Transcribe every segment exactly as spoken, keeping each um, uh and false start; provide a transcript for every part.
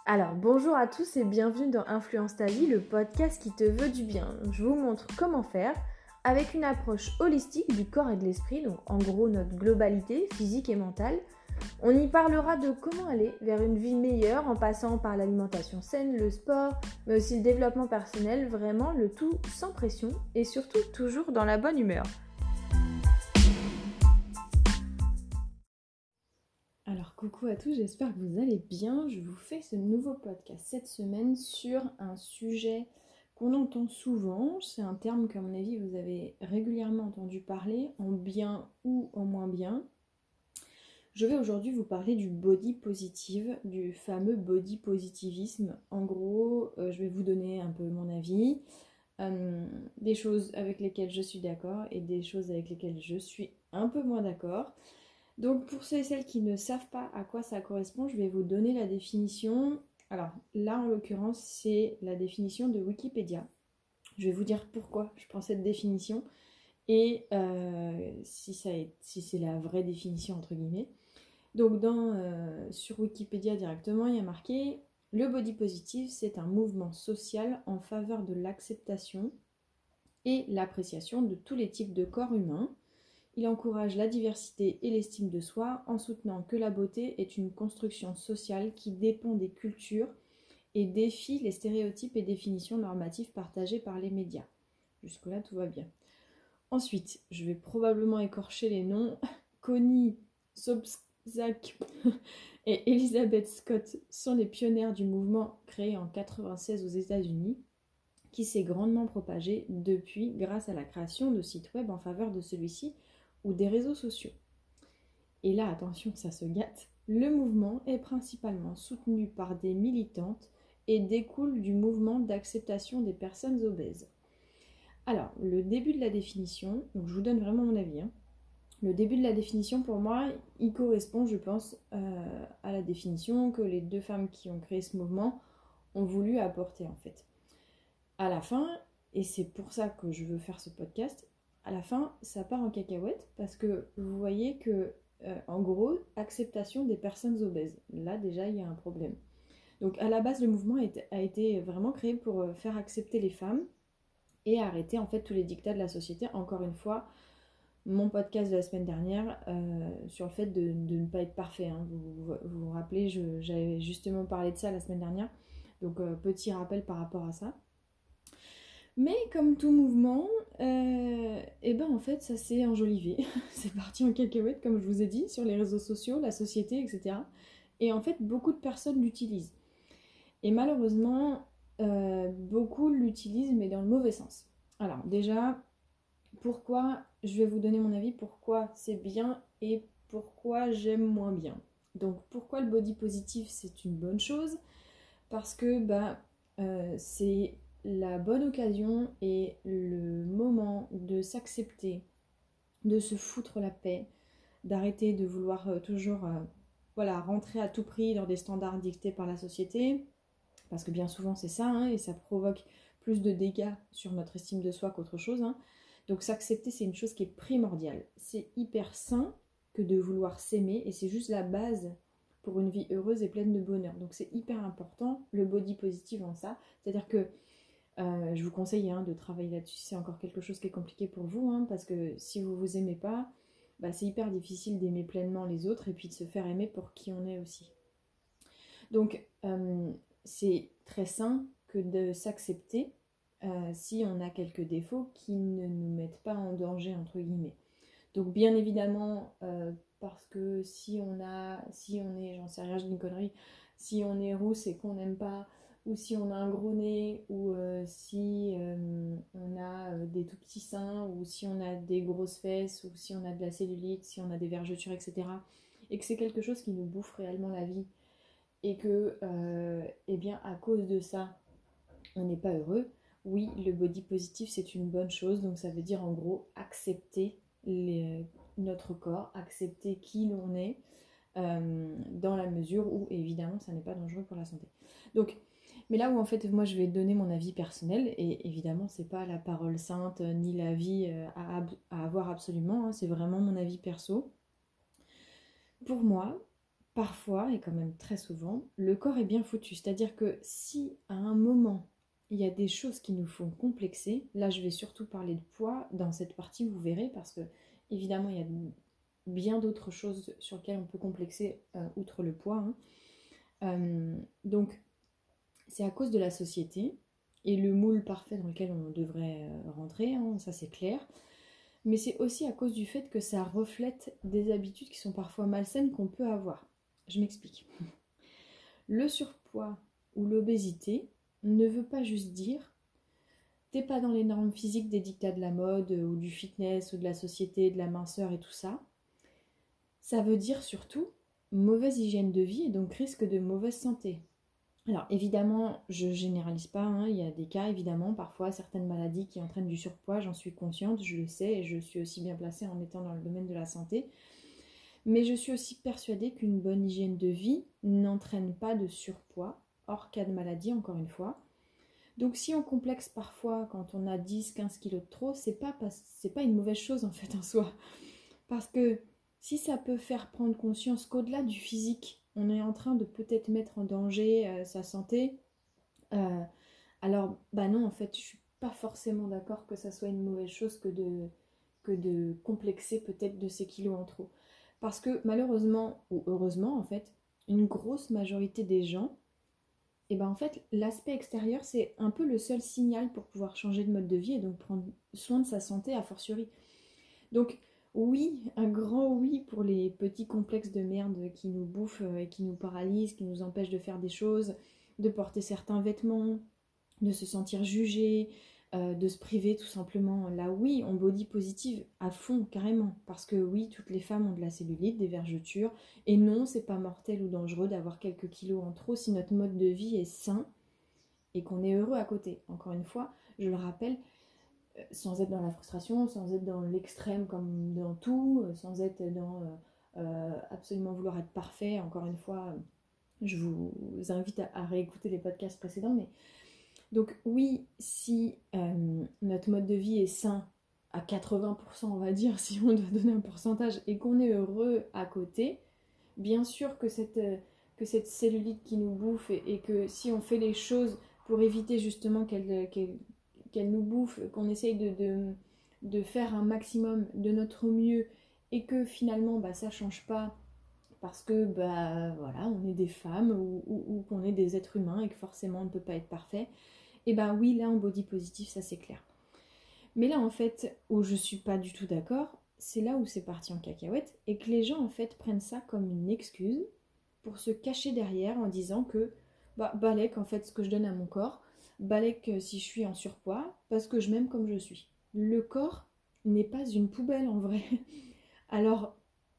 Alors bonjour à tous et bienvenue dans Influence ta vie, le podcast qui te veut du bien. Je vous montre comment faire avec une approche holistique du corps et de l'esprit, donc en gros notre globalité physique et mentale. On y parlera de comment aller vers une vie meilleure en passant par l'alimentation saine, le sport, mais aussi le développement personnel, vraiment le tout sans pression et surtout toujours dans la bonne humeur. Alors coucou à tous, j'espère que vous allez bien. Je vous fais ce nouveau podcast cette semaine sur un sujet qu'on entend souvent. C'est un terme qu'à mon avis vous avez régulièrement entendu parler, en bien ou en moins bien. Je vais aujourd'hui vous parler du body positive, du fameux body positivisme. En gros, euh, je vais vous donner un peu mon avis, euh, des choses avec lesquelles je suis d'accord et des choses avec lesquelles je suis un peu moins d'accord. Donc pour ceux et celles qui ne savent pas à quoi ça correspond, je vais vous donner la définition. Alors là en l'occurrence c'est la définition de Wikipédia. Je vais vous dire pourquoi je prends cette définition et euh, si, ça est, si c'est la vraie définition entre guillemets. Donc dans, euh, sur Wikipédia directement il y a marqué « Le body positive c'est un mouvement social en faveur de l'acceptation et l'appréciation de tous les types de corps humains. Il encourage la diversité et l'estime de soi en soutenant que la beauté est une construction sociale qui dépend des cultures et défie les stéréotypes et définitions normatives partagées par les médias. » Jusque-là, tout va bien. Ensuite, je vais probablement écorcher les noms. Connie Sobczak et Elizabeth Scott sont les pionnières du mouvement créé en quatre-vingt-seize aux États-Unis, qui s'est grandement propagé depuis grâce à la création de sites web en faveur de celui-ci ou des réseaux sociaux. Et là, attention, ça se gâte, le mouvement est principalement soutenu par des militantes et découle du mouvement d'acceptation des personnes obèses. Alors, le début de la définition, donc je vous donne vraiment mon avis, hein. Le début de la définition, pour moi, il correspond, je pense, euh, à la définition que les deux femmes qui ont créé ce mouvement ont voulu apporter, en fait. À la fin, et c'est pour ça que je veux faire ce podcast, à la fin, ça part en cacahuète parce que vous voyez que, euh, en gros, acceptation des personnes obèses. Là, déjà, il y a un problème. Donc, à la base, le mouvement a été vraiment créé pour faire accepter les femmes et arrêter, en fait, tous les dictats de la société. Encore une fois, mon podcast de la semaine dernière euh, sur le fait de, de ne pas être parfait. Hein. Vous, vous, vous vous rappelez, je, j'avais justement parlé de ça la semaine dernière. Donc, euh, petit rappel par rapport à ça. Mais comme tout mouvement, euh, et ben en fait ça s'est enjolivé, c'est parti en cacahuète comme je vous ai dit, sur les réseaux sociaux, la société, et cetera. Et en fait beaucoup de personnes l'utilisent. Et malheureusement, euh, beaucoup l'utilisent mais dans le mauvais sens. Alors déjà, pourquoi, je vais vous donner mon avis, pourquoi c'est bien et pourquoi j'aime moins bien. Donc pourquoi le body positive c'est une bonne chose? Parce que bah, euh, c'est la bonne occasion et le moment de s'accepter, de se foutre la paix, d'arrêter de vouloir euh, toujours euh, voilà, rentrer à tout prix dans des standards dictés par la société, parce que bien souvent c'est ça, hein, et ça provoque plus de dégâts sur notre estime de soi qu'autre chose. Hein. Donc s'accepter, c'est une chose qui est primordiale. C'est hyper sain que de vouloir s'aimer, et c'est juste la base pour une vie heureuse et pleine de bonheur. Donc c'est hyper important, le body positive en ça. C'est-à-dire que euh, je vous conseille hein, de travailler là-dessus, c'est encore quelque chose qui est compliqué pour vous, hein, parce que si vous vous aimez pas, bah, c'est hyper difficile d'aimer pleinement les autres et puis de se faire aimer pour qui on est aussi. Donc euh, c'est très sain que de s'accepter euh, si on a quelques défauts qui ne nous mettent pas en danger entre guillemets. Donc bien évidemment, euh, parce que si on a, si on est, j'en sais rien, je dis une connerie, si on est rousse et qu'on n'aime pas, ou si on a un gros nez, ou euh, si euh, on a euh, des tout petits seins, ou si on a des grosses fesses, ou si on a de la cellulite, si on a des vergetures, et cetera. Et que c'est quelque chose qui nous bouffe réellement la vie, et que, euh, eh bien, à cause de ça, on n'est pas heureux. Oui, le body positive, c'est une bonne chose, donc ça veut dire en gros accepter les, notre corps, accepter qui l'on est, euh, dans la mesure où évidemment ça n'est pas dangereux pour la santé. Donc, mais là où en fait moi je vais donner mon avis personnel, et évidemment c'est pas la parole sainte ni l'avis à, à avoir absolument, hein, c'est vraiment mon avis perso. Pour moi, parfois, et quand même très souvent, le corps est bien foutu. C'est-à-dire que si à un moment, il y a des choses qui nous font complexer, là je vais surtout parler de poids dans cette partie, vous verrez, parce que évidemment il y a bien d'autres choses sur lesquelles on peut complexer euh, outre le poids. Hein. Euh, donc c'est à cause de la société et le moule parfait dans lequel on devrait rentrer, hein, ça c'est clair. Mais c'est aussi à cause du fait que ça reflète des habitudes qui sont parfois malsaines qu'on peut avoir. Je m'explique. Le surpoids ou l'obésité ne veut pas juste dire t'es pas dans les normes physiques des dictats de la mode ou du fitness ou de la société, de la minceur et tout ça. Ça veut dire surtout mauvaise hygiène de vie et donc risque de mauvaise santé. Alors évidemment, je généralise pas, hein, il y a des cas évidemment, parfois certaines maladies qui entraînent du surpoids, j'en suis consciente, je le sais et je suis aussi bien placée en étant dans le domaine de la santé. Mais je suis aussi persuadée qu'une bonne hygiène de vie n'entraîne pas de surpoids, hors cas de maladie encore une fois. Donc si on complexe parfois quand on a dix à quinze kilos de trop, c'est pas, c'est pas une mauvaise chose en fait en soi. Parce que si ça peut faire prendre conscience qu'au-delà du physique, on est en train de peut-être mettre en danger euh, sa santé, euh, alors bah non en fait je suis pas forcément d'accord que ça soit une mauvaise chose que de, que de complexer peut-être de ces kilos en trop. Parce que malheureusement, ou heureusement en fait, une grosse majorité des gens, et ben en fait l'aspect extérieur c'est un peu le seul signal pour pouvoir changer de mode de vie et donc prendre soin de sa santé a fortiori. Donc oui, un grand oui pour les petits complexes de merde qui nous bouffent et qui nous paralysent, qui nous empêchent de faire des choses, de porter certains vêtements, de se sentir jugé, euh, de se priver tout simplement. Là oui, on body positive à fond carrément, parce que oui, toutes les femmes ont de la cellulite, des vergetures, et non, c'est pas mortel ou dangereux d'avoir quelques kilos en trop si notre mode de vie est sain et qu'on est heureux à côté. Encore une fois, je le rappelle, sans être dans la frustration, sans être dans l'extrême comme dans tout, sans être dans euh, euh, absolument vouloir être parfait. Encore une fois, je vous invite à, à réécouter les podcasts précédents. Mais donc oui, si euh, notre mode de vie est sain à quatre-vingts pour cent, on va dire, si on doit donner un pourcentage, et qu'on est heureux à côté, bien sûr que cette, que cette cellulite qui nous bouffe et, et que si on fait les choses pour éviter justement qu'elle... qu'elle qu'elle nous bouffe, qu'on essaye de, de, de faire un maximum de notre mieux et que finalement bah, ça change pas parce que bah, voilà, on est des femmes ou, ou, ou qu'on est des êtres humains et que forcément on ne peut pas être parfait, et bah oui, là en body positif ça c'est clair. Mais là en fait où je suis pas du tout d'accord, c'est là où c'est parti en cacahuète et que les gens en fait prennent ça comme une excuse pour se cacher derrière en disant que bah balèque en fait ce que je donne à mon corps, balèque si je suis en surpoids parce que je m'aime comme je suis. Le corps n'est pas une poubelle en vrai. Alors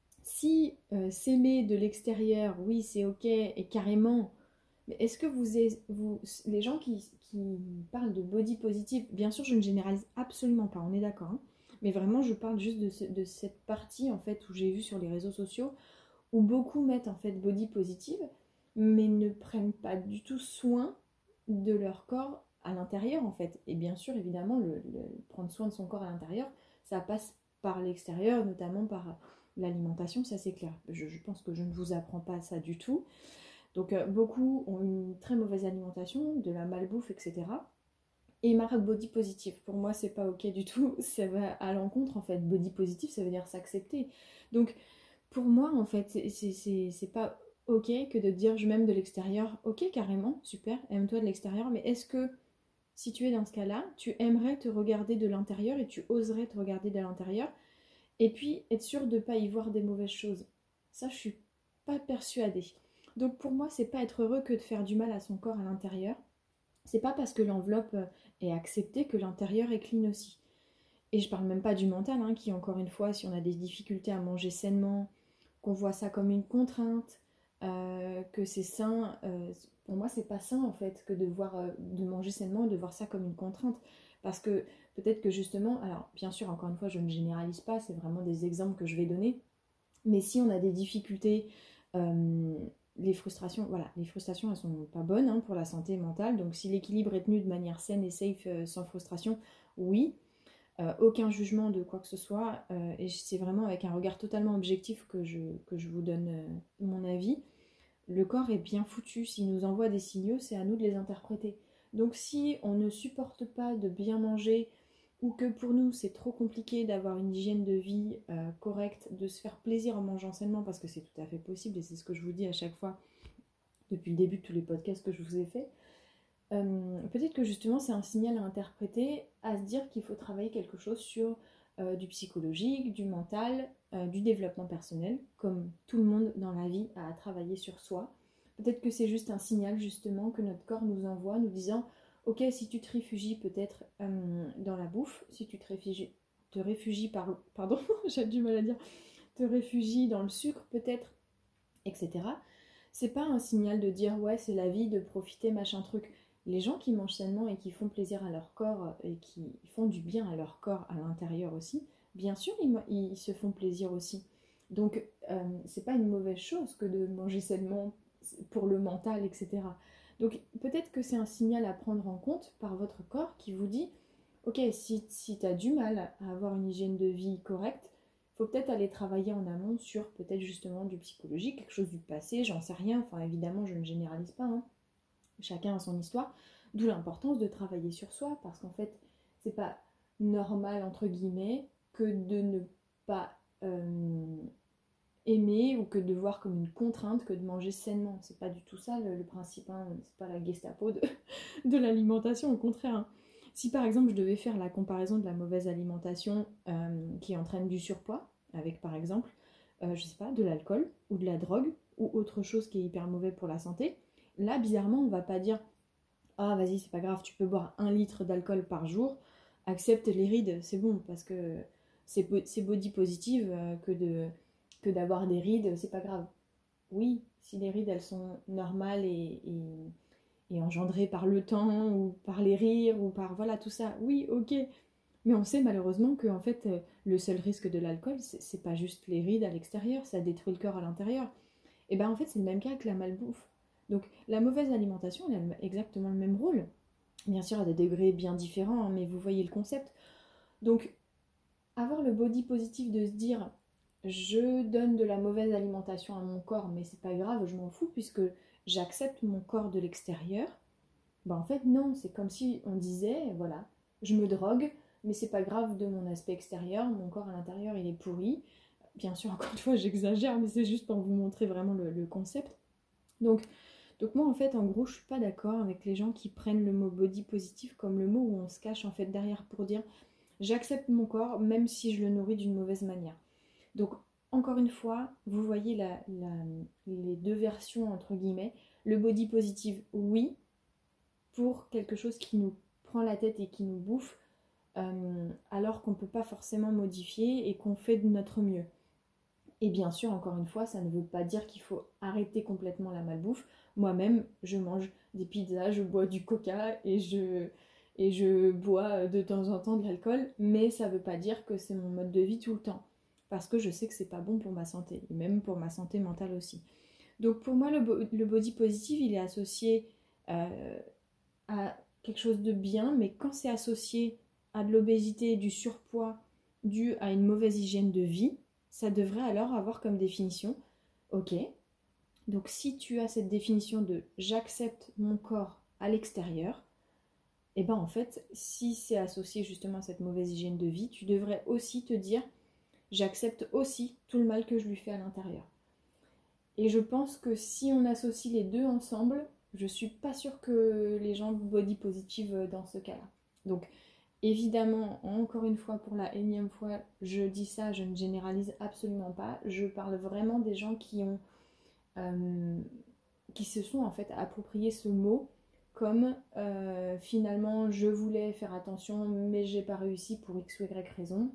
si euh, s'aimer de l'extérieur, oui c'est ok et carrément, mais est-ce que vous, vous les gens qui, qui parlent de body positive, bien sûr je ne généralise absolument pas, on est d'accord, hein, mais vraiment je parle juste de, ce, de cette partie en fait où j'ai vu sur les réseaux sociaux où beaucoup mettent en fait body positive mais ne prennent pas du tout soin de leur corps à l'intérieur en fait. Et bien sûr évidemment le, le, prendre soin de son corps à l'intérieur ça passe par l'extérieur, notamment par l'alimentation, ça c'est clair. Je, je pense que je ne vous apprends pas ça du tout. Donc euh, beaucoup ont une très mauvaise alimentation, de la malbouffe, et cetera. Et marque body positive, pour moi c'est pas ok du tout, ça va à l'encontre en fait. Body positive ça veut dire s'accepter. Donc pour moi en fait c'est, c'est, c'est, c'est pas ok que de dire je m'aime de l'extérieur. Ok carrément, super, aime-toi de l'extérieur, mais est-ce que si tu es dans ce cas-là, tu aimerais te regarder de l'intérieur et tu oserais te regarder de l'intérieur et puis être sûr de ne pas y voir des mauvaises choses? Ça je suis pas persuadée. Donc pour moi c'est pas être heureux que de faire du mal à son corps à l'intérieur. C'est pas parce que l'enveloppe est acceptée que l'intérieur est clean aussi. Et je parle même pas du mental, hein, qui encore une fois, si on a des difficultés à manger sainement, qu'on voit ça comme une contrainte, euh, que c'est sain, euh, pour moi c'est pas sain en fait que de voir euh, de manger sainement et de voir ça comme une contrainte. Parce que peut-être que justement, alors bien sûr encore une fois je ne généralise pas, c'est vraiment des exemples que je vais donner, mais si on a des difficultés, euh, les frustrations, voilà, les frustrations elles sont pas bonnes hein, pour la santé mentale, donc si l'équilibre est tenu de manière saine et safe, euh, sans frustration, oui. Euh, aucun jugement de quoi que ce soit, euh, et c'est vraiment avec un regard totalement objectif que je, que je vous donne euh, mon avis. Le corps est bien foutu, s'il nous envoie des signaux, c'est à nous de les interpréter. Donc si on ne supporte pas de bien manger, ou que pour nous c'est trop compliqué d'avoir une hygiène de vie euh, correcte, de se faire plaisir en mangeant sainement, parce que c'est tout à fait possible, et c'est ce que je vous dis à chaque fois depuis le début de tous les podcasts que je vous ai faits, euh, peut-être que justement c'est un signal à interpréter, à se dire qu'il faut travailler quelque chose sur euh, du psychologique, du mental, euh, du développement personnel, comme tout le monde dans la vie a à travailler sur soi. Peut-être que c'est juste un signal justement que notre corps nous envoie, nous disant ok, si tu te réfugies peut-être euh, dans la bouffe, si tu te réfugies, te réfugies par, pardon, j'ai du mal à dire, te réfugies dans le sucre peut-être, et cetera. C'est pas un signal de dire ouais c'est la vie de profiter machin truc. Les gens qui mangent sainement et qui font plaisir à leur corps et qui font du bien à leur corps à l'intérieur aussi, bien sûr ils, ils se font plaisir aussi. Donc euh, c'est pas une mauvaise chose que de manger sainement pour le mental, et cetera. Donc peut-être que c'est un signal à prendre en compte par votre corps qui vous dit ok, si, si tu as du mal à avoir une hygiène de vie correcte, faut peut-être aller travailler en amont sur peut-être justement du psychologique, quelque chose du passé, j'en sais rien, enfin évidemment je ne généralise pas, hein. Chacun a son histoire, d'où l'importance de travailler sur soi, parce qu'en fait c'est pas normal entre guillemets que de ne pas euh, aimer ou que de voir comme une contrainte que de manger sainement, c'est pas du tout ça le, le principe, hein. C'est pas la Gestapo de, de l'alimentation, au contraire, hein. Si par exemple je devais faire la comparaison de la mauvaise alimentation euh, qui entraîne du surpoids, avec par exemple, euh, je sais pas, de l'alcool ou de la drogue ou autre chose qui est hyper mauvais pour la santé, là bizarrement on va pas dire ah vas-y c'est pas grave, tu peux boire un litre d'alcool par jour, accepte les rides, c'est bon, parce que c'est, c'est body positive euh, que, de, que d'avoir des rides, c'est pas grave. Oui, si les rides elles sont normales et, et et engendré par le temps ou par les rires ou par voilà tout ça, oui ok, mais on sait malheureusement que en fait euh, le seul risque de l'alcool c'est, c'est pas juste les rides à l'extérieur, ça détruit le corps à l'intérieur, et ben en fait c'est le même cas que la malbouffe. Donc la mauvaise alimentation elle a exactement le même rôle, bien sûr à des degrés bien différents, hein, mais vous voyez le concept. Donc avoir le body positif de se dire je donne de la mauvaise alimentation à mon corps mais c'est pas grave, je m'en fous puisque j'accepte mon corps de l'extérieur. Ben en fait non, c'est comme si on disait voilà, je me drogue mais c'est pas grave de mon aspect extérieur, mon corps à l'intérieur il est pourri. Bien sûr encore une fois j'exagère mais c'est juste pour vous montrer vraiment le, le concept. Donc, donc moi en fait en gros je suis pas d'accord avec les gens qui prennent le mot body positif comme le mot où on se cache en fait derrière pour dire j'accepte mon corps même si je le nourris d'une mauvaise manière. Donc, encore une fois, vous voyez la, la, les deux versions, entre guillemets. Le body positive, oui, pour quelque chose qui nous prend la tête et qui nous bouffe, euh, alors qu'on ne peut pas forcément modifier et qu'on fait de notre mieux. Et bien sûr, encore une fois, ça ne veut pas dire qu'il faut arrêter complètement la malbouffe. Moi-même, je mange des pizzas, je bois du coca et je, et je bois de temps en temps de l'alcool, mais ça ne veut pas dire que c'est mon mode de vie tout le temps. Parce que je sais que c'est pas bon pour ma santé, et même pour ma santé mentale aussi. Donc pour moi, le, bo- le body positive, il est associé euh, à quelque chose de bien, mais quand c'est associé à de l'obésité, du surpoids dû à une mauvaise hygiène de vie, ça devrait alors avoir comme définition, ok, donc si tu as cette définition de j'accepte mon corps à l'extérieur, et ben en fait, si c'est associé justement à cette mauvaise hygiène de vie, tu devrais aussi te dire j'accepte aussi tout le mal que je lui fais à l'intérieur. Et je pense que si on associe les deux ensemble, je suis pas sûre que les gens body positive dans ce cas-là. Donc évidemment, encore une fois, pour la énième fois, je dis ça, je ne généralise absolument pas. Je parle vraiment des gens qui ont euh, qui se sont en fait approprié ce mot comme euh, finalement je voulais faire attention mais j'ai pas réussi pour x ou y raison.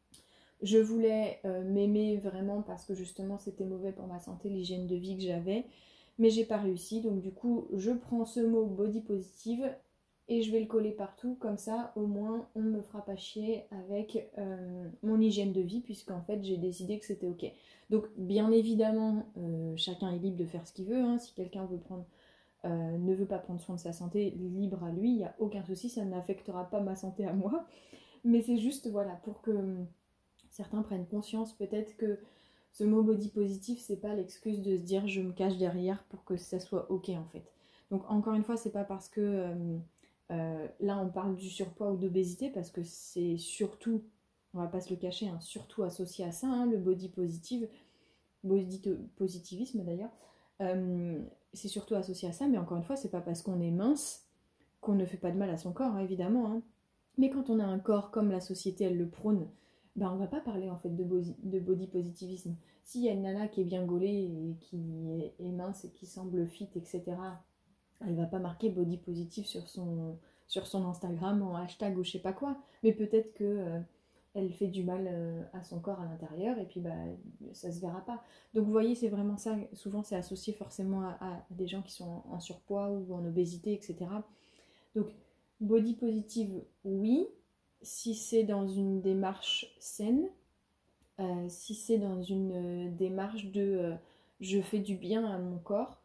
Je voulais euh, m'aimer vraiment parce que justement c'était mauvais pour ma santé, l'hygiène de vie que j'avais, mais j'ai pas réussi. Donc du coup, je prends ce mot body positive et je vais le coller partout, comme ça au moins on ne me fera pas chier avec euh, mon hygiène de vie, puisqu'en fait j'ai décidé que c'était ok. Donc bien évidemment, euh, chacun est libre de faire ce qu'il veut, hein. Si quelqu'un veut prendre, euh, ne veut pas prendre soin de sa santé, libre à lui, il n'y a aucun souci, ça n'affectera pas ma santé à moi. Mais c'est juste, voilà, pour que hum, certains prennent conscience peut-être que ce mot body positif, c'est pas l'excuse de se dire je me cache derrière pour que ça soit ok en fait. Donc encore une fois, c'est pas parce que euh, euh, là on parle du surpoids ou d'obésité, parce que c'est surtout, on va pas se le cacher, hein, surtout associé à ça, hein, le body positive, body positivisme d'ailleurs, euh, c'est surtout associé à ça, mais encore une fois, c'est pas parce qu'on est mince qu'on ne fait pas de mal à son corps, hein, évidemment. Hein. Mais quand on a un corps comme la société elle le prône, ben on va pas parler en fait de body, de body positivisme. S'il y a une nana qui est bien gaulée et qui est, est mince et qui semble fit, et cetera, elle va pas marquer body positif sur son, sur son Instagram en hashtag ou je sais pas quoi. Mais peut-être que euh, elle fait du mal euh, à son corps à l'intérieur et puis bah ça se verra pas. Donc vous voyez, c'est vraiment ça. Souvent c'est associé forcément à, à des gens qui sont en, en surpoids ou en obésité, et cetera. Donc body positive, oui, si c'est dans une démarche saine, euh, si c'est dans une euh, démarche de euh, je fais du bien à mon corps,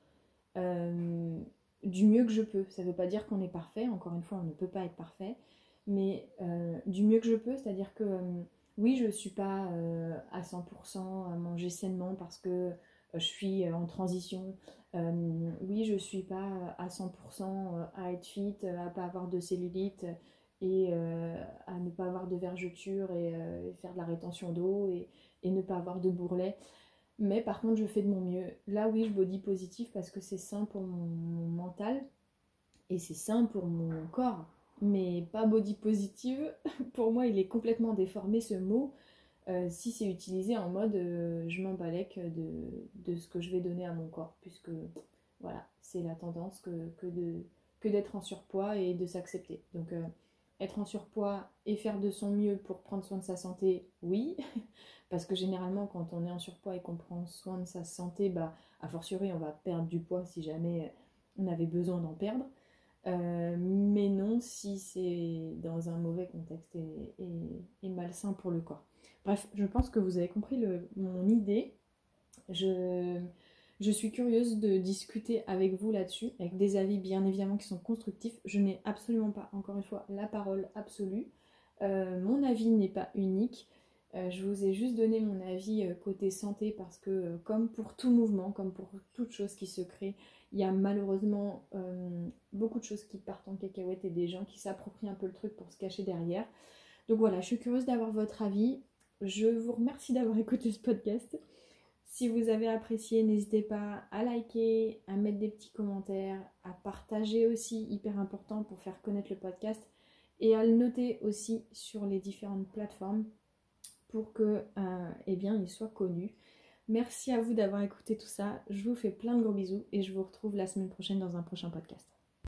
euh, du mieux que je peux. Ça ne veut pas dire qu'on est parfait, encore une fois, on ne peut pas être parfait, mais euh, du mieux que je peux, c'est-à-dire que euh, oui, je ne suis pas euh, à cent pour cent à manger sainement parce que euh, je suis en transition. Euh, oui, je ne suis pas à cent pour cent à être fit, à ne pas avoir de cellulite et euh, à ne pas avoir de vergeture et, euh, et faire de la rétention d'eau et, et ne pas avoir de bourrelet. Mais par contre, je fais de mon mieux. Là, oui, je body positif parce que c'est sain pour mon, mon mental et c'est sain pour mon corps. Mais pas body positive. Pour moi, il est complètement déformé ce mot euh, si c'est utilisé en mode euh, je m'en balèque de, de ce que je vais donner à mon corps. Puisque voilà, c'est la tendance que, que, de, que d'être en surpoids et de s'accepter. Donc, euh, être en surpoids et faire de son mieux pour prendre soin de sa santé, oui. Parce que généralement, quand on est en surpoids et qu'on prend soin de sa santé, bah, a fortiori, on va perdre du poids si jamais on avait besoin d'en perdre. Euh, mais non si c'est dans un mauvais contexte et, et, et malsain pour le corps. Bref, je pense que vous avez compris le, mon idée. Je, je suis curieuse de discuter avec vous là-dessus, avec des avis bien évidemment qui sont constructifs. Je n'ai absolument pas, encore une fois, la parole absolue. Euh, mon avis n'est pas unique. Euh, je vous ai juste donné mon avis euh, côté santé parce que euh, comme pour tout mouvement, comme pour toute chose qui se crée, il y a malheureusement euh, beaucoup de choses qui partent en cacahuète et des gens qui s'approprient un peu le truc pour se cacher derrière. Donc voilà, je suis curieuse d'avoir votre avis. Je vous remercie d'avoir écouté ce podcast. Si vous avez apprécié, n'hésitez pas à liker, à mettre des petits commentaires, à partager aussi, hyper important pour faire connaître le podcast, et à le noter aussi sur les différentes plateformes pour que euh, eh bien, il soit connu. Merci à vous d'avoir écouté tout ça. Je vous fais plein de gros bisous et je vous retrouve la semaine prochaine dans un prochain podcast.